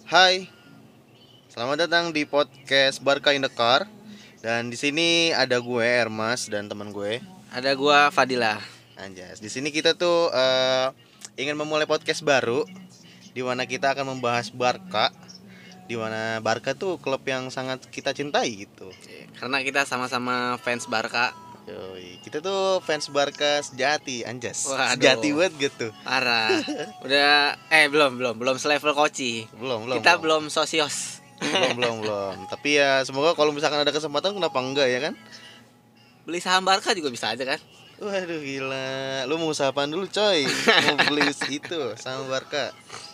Hai, selamat datang di podcast Barca in the Car. Dan di sini ada gue Ermas dan teman gue Ada gua Fadilah. Anjas. Di sini kita tuh ingin memulai podcast baru di mana kita akan membahas Barca, di mana Barca tuh klub yang sangat kita cintai gitu. Karena kita sama-sama fans Barca. Yoi, kita tuh fans Barca sejati, Anjas. Waduh. Sejati banget gitu. Parah. Udah belum selevel Koci. Belum. Kita belum sosios. Belum. Tapi ya semoga kalau misalkan ada kesempatan kenapa enggak ya kan? Beli saham Barca juga bisa aja kan? Waduh gila, lu mau usaha apaan dulu coy? Mau beli itu sama Barca.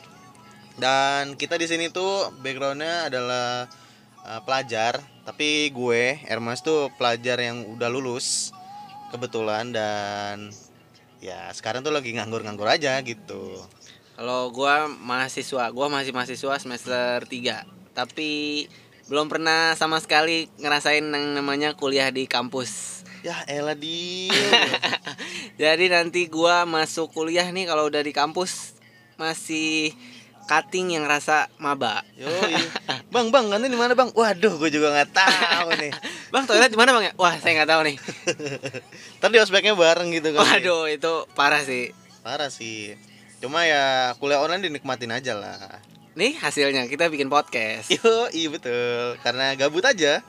Dan kita di sini tuh backgroundnya adalah pelajar, tapi gue Ermas tuh pelajar yang udah lulus kebetulan dan ya sekarang tuh lagi nganggur-nganggur aja gitu. Kalau gua masih mahasiswa semester 3. Tapi belum pernah sama sekali ngerasain yang namanya kuliah di kampus. Ya elah dia. Jadi nanti gua masuk kuliah nih kalau udah di kampus masih cutting yang rasa maba. Yoi. Bang, kantin di mana bang? Waduh, gue juga nggak tahu nih. Bang, toilet di mana bang ya? Wah, saya nggak tahu nih. Ntar di ospeknya bareng gitu kan. Waduh, itu parah sih. Parah sih. Cuma ya kuliah online dinikmatin aja lah. Nih hasilnya kita bikin podcast. Iya betul. Karena gabut aja.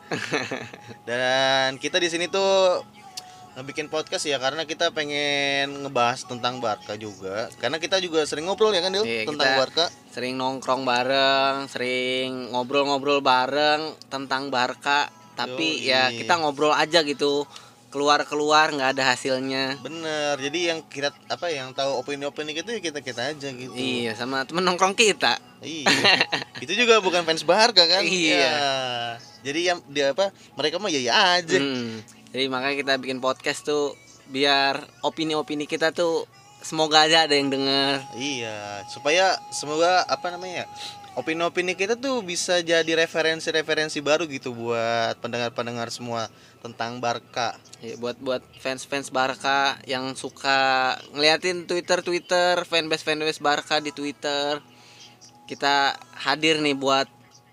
Dan kita di sini tuh ngebikin podcast ya karena kita pengen ngebahas tentang Barca juga. Karena kita juga sering ngobrol ya kan Dil, Iya, tentang kita Barca. sering nongkrong bareng, sering ngobrol-ngobrol bareng tentang Barca. Tapi Yoi. ya kita ngobrol aja gitu. Keluar nggak ada hasilnya. Bener. Jadi yang kita yang tahu opini-opini kita ya kita aja gitu. Iya, sama temen nongkrong kita. Iya. Itu juga bukan fans Barca kan? Iya. Ya. Jadi yang dia mereka mah ya aja. Jadi makanya kita bikin podcast tuh biar opini-opini kita tuh semoga aja ada yang denger. Iya, supaya semoga opini-opini kita tuh bisa jadi referensi-referensi baru gitu buat pendengar-pendengar semua tentang Barca. Ya, buat fans Barca yang suka ngeliatin Twitter fanbase Barca di Twitter, kita hadir nih buat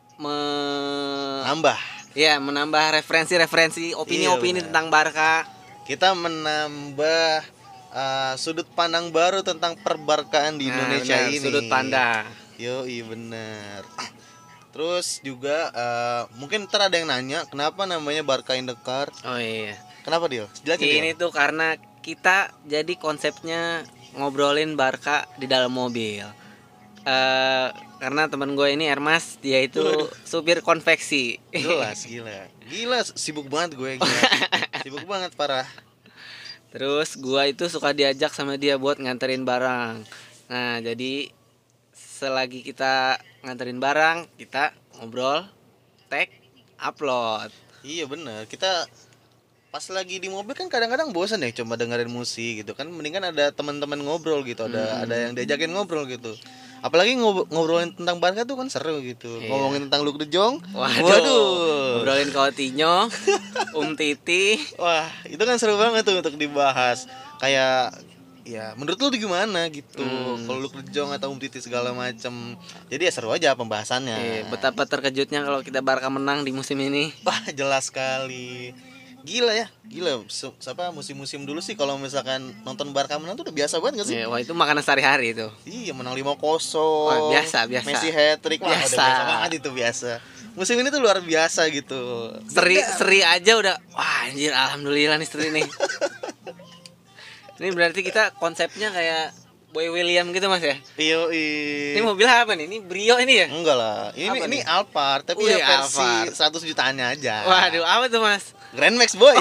menambah referensi opini-opini Iya, tentang Barca. Kita menambah sudut pandang baru tentang perbarkaan di Indonesia benar, ini. Sudut pandang. Yoi bener. Terus juga mungkin ntar ada yang nanya kenapa namanya Barca in the Car. Oh iya. Kenapa Dil? Jelasin Ini tuh karena kita jadi konsepnya ngobrolin Barca di dalam mobil. Karena teman gue ini Ermas, dia itu supir konveksi. Jelas gila sibuk banget gue gila. Sibuk banget parah. Terus gue itu suka diajak sama dia buat nganterin barang. Nah jadi selagi kita nganterin barang, kita ngobrol, tag, upload. Iya bener. Kita pas lagi di mobil kan kadang-kadang bosan ya cuma dengerin musik gitu kan, mendingan ada teman-teman ngobrol gitu, ada yang diajakin ngobrol gitu. Apalagi ngobrolin tentang Barca tuh kan seru gitu. Iya. Ngomongin tentang Luke de Jong. Waduh. Ngobrolin Coutinho, Titi. Wah, itu kan seru banget tuh untuk dibahas. Kayak ya menurut lu tuh gimana gitu. Kalau Luke de Jong atau Titi segala macem. Jadi ya seru aja pembahasannya. Iya, betapa terkejutnya kalau kita Barca menang di musim ini. Wah, jelas sekali. Gila. Musim-musim dulu sih kalau misalkan nonton Barca menang tuh udah biasa banget gak sih? Iya, wah itu makanan sehari-hari itu. Iya, menang 5-0. Wah, biasa. Messi hat-trick. Wah, udah biasa banget itu biasa. Musim ini tuh luar biasa gitu. Seri aja udah. Wah, anjir, alhamdulillah nih seri nih. Ini berarti kita konsepnya kayak Boy William gitu Mas ya? Iya. Ini mobil apa nih? Ini Brio ini ya? Enggak lah. Ini Alphard, tapi Wih, ya versi Alphard. 100 jutaan aja. Waduh, apa tuh Mas? Grand Max boy.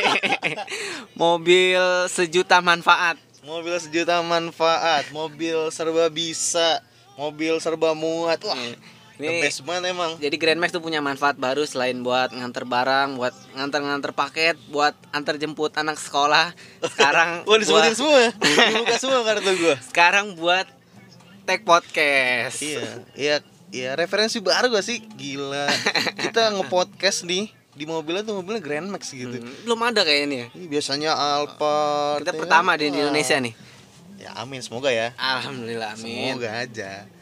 Mobil sejuta manfaat. Mobil sejuta manfaat, mobil serba bisa, mobil serba muat. Wah, the Ini best banget emang. jadi Grand Max tuh punya manfaat baru selain buat nganter barang, buat nganter paket, buat antar jemput anak sekolah. Sekarang Wah, disebutin semua. Dibuka semua kartu gua. sekarang buat tag podcast. Iya, referensi baru gak sih? Gila. Kita nge-podcast nih di mobilnya Grand Max gitu. Belum ada kayak ini ya. Ini biasanya Alphard. Kita ya pertama kan? di Indonesia nih. Ya amin, semoga ya. Alhamdulillah, amin. Semoga aja.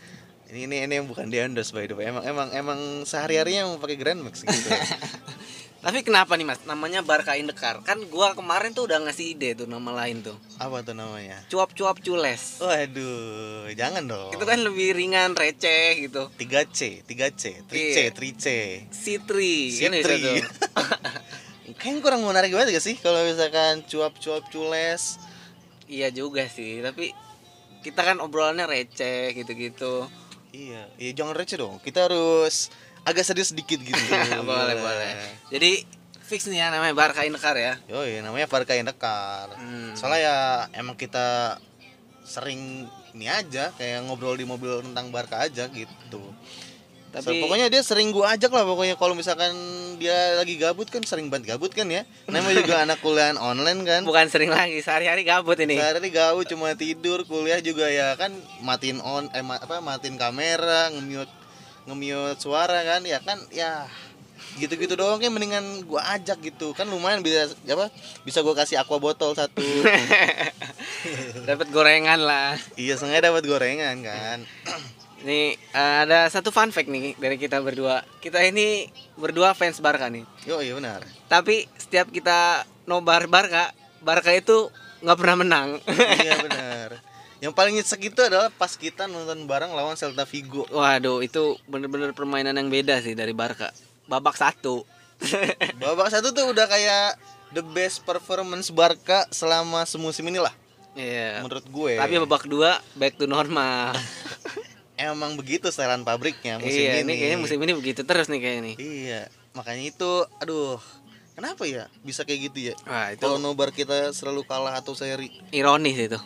Ini yang bukan di endorse by the way. Emang sehari-harinya emang pakai Grand Max gitu. Tapi kenapa nih Mas namanya Barca in the Car? Kan gua kemarin tuh udah ngasih ide tuh nama lain tuh. Apa tuh namanya? Cuap-cuap cules. Waduh, jangan dong. Itu kan lebih ringan, receh gitu. 3C, 3C, Iya. 3C. Citri. Citri. Kayaknya kurang menarik banget gak sih kalau misalkan cuap-cuap cules. Iya juga sih, tapi kita kan obrolannya receh gitu-gitu. Iya, jangan receh dong. Kita harus agak serius sedikit gitu. Boleh. Jadi fix nih ya namanya Barca in the Car ya. Yoi, namanya Barca in the Car. Soalnya ya emang kita sering ini aja kayak ngobrol di mobil tentang Barca aja gitu. Tapi Pokoknya dia sering gua ajak lah pokoknya kalau misalkan dia lagi gabut kan sering banget gabut kan ya. Namanya juga anak kuliahan online kan. bukan sering lagi, sehari-hari gabut ini. Sehari gabut cuma tidur, kuliah juga ya kan matiin matiin kamera, nge-mute suara kan ya gitu-gitu doang kan mendingan gua ajak gitu. Kan lumayan bisa gua kasih aqua botol satu. Dapat gorengan lah. Iya, sengaja dapat gorengan kan. Ini ada satu fun fact nih dari kita berdua. Kita ini berdua fans Barca nih. Iya benar. Tapi setiap kita nobar Barca itu nggak pernah menang. Iya benar. Yang paling nyesek itu adalah pas kita nonton bareng lawan Celta Vigo. Waduh, itu bener-bener permainan yang beda sih dari Barca. Babak 1. Babak 1 tuh udah kayak the best performance Barca selama semusim inilah. Iya. Menurut gue. Tapi babak 2 back to normal. Emang begitu setelan pabriknya musim Iya, ini. ini kayaknya musim ini begitu terus nih kayaknya nih. Iya, makanya itu aduh, kenapa ya bisa kayak gitu ya? Wah, itu Kalau nobar kita selalu kalah atau seri. ironis itu.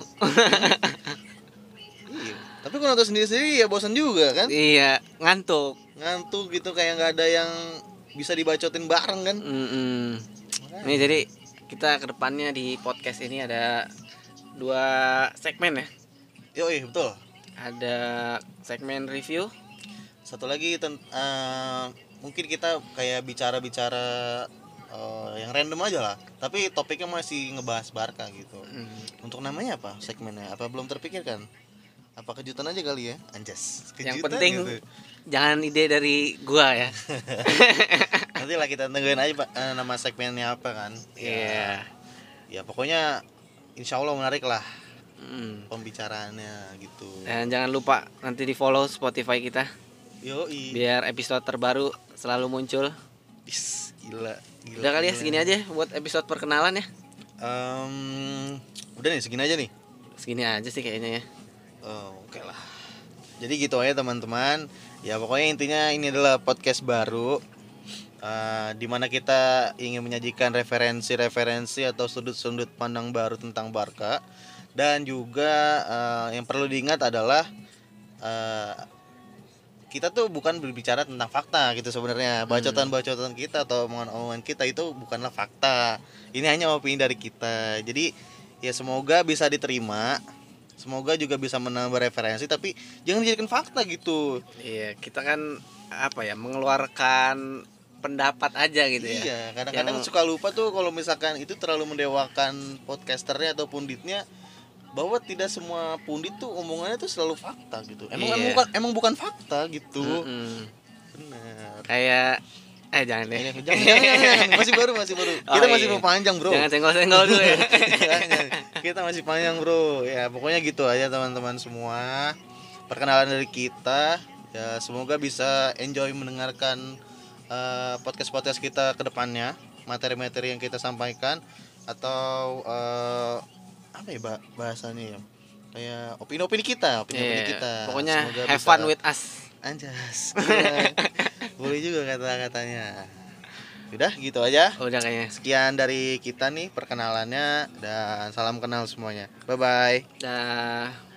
Iya. Tapi kalau nonton sendiri-sendiri ya bosan juga kan? Iya, ngantuk. Ngantuk gitu kayak nggak ada yang bisa dibacotin bareng kan? Nih jadi kita kedepannya di podcast ini ada 2 segmen ya. Yoi, betul. Ada segmen review. Satu lagi mungkin kita kayak bicara-bicara yang random aja lah. Tapi topiknya masih ngebahas Barca gitu. Untuk namanya apa segmennya? Apa belum terpikirkan? Apa kejutan aja kali ya? Anjas. Yang Kejutan penting gitu. jangan ide dari gua ya. Nanti lah kita tungguin aja Pak, nama segmennya apa kan. Iya. Ya pokoknya insya Allah menarik lah pembicaraannya gitu. Dan jangan lupa nanti di follow Spotify kita Yoi. biar episode terbaru selalu muncul. Gila. Udah kali ya segini aja buat episode perkenalan ya. Udah nih segini aja nih. Segini aja sih kayaknya ya. Oke lah. Jadi gitu aja teman-teman. Ya pokoknya intinya ini adalah podcast baru di mana kita ingin menyajikan referensi-referensi atau sudut-sudut pandang baru tentang Barca. Dan juga yang perlu diingat adalah kita tuh bukan berbicara tentang fakta gitu sebenarnya. Bacotan-bacotan kita atau omongan-omongan kita itu bukanlah fakta. Ini hanya opini dari kita. Jadi ya semoga bisa diterima. Semoga juga bisa menambah referensi tapi jangan dijadikan fakta gitu. Iya, kita kan apa ya, mengeluarkan pendapat aja gitu ya. Iya, kadang-kadang suka lupa tuh kalau misalkan itu terlalu mendewakan podcasternya atau punditnya, bahwa tidak semua pundit tuh omongannya tuh selalu fakta gitu. Emang bukan fakta gitu. Benar. Kayak jangan deh. Jangan. Masih baru. Kita masih mau panjang, Bro. Jangan senggol-senggol dulu ya. Jangan. Kita masih panjang, Bro. Ya, pokoknya gitu aja teman-teman semua. Perkenalan dari kita. Ya, semoga bisa enjoy mendengarkan podcast-podcast kita ke depannya. Materi-materi yang kita sampaikan atau apa ya bahasanya ya, kayak opini-opini kita pokoknya semoga have bisa fun with us. Anjas. Boleh juga kata-katanya. Udah gitu aja. Udah kayaknya. Sekian dari kita nih perkenalannya dan salam kenal semuanya. Bye bye. Dah.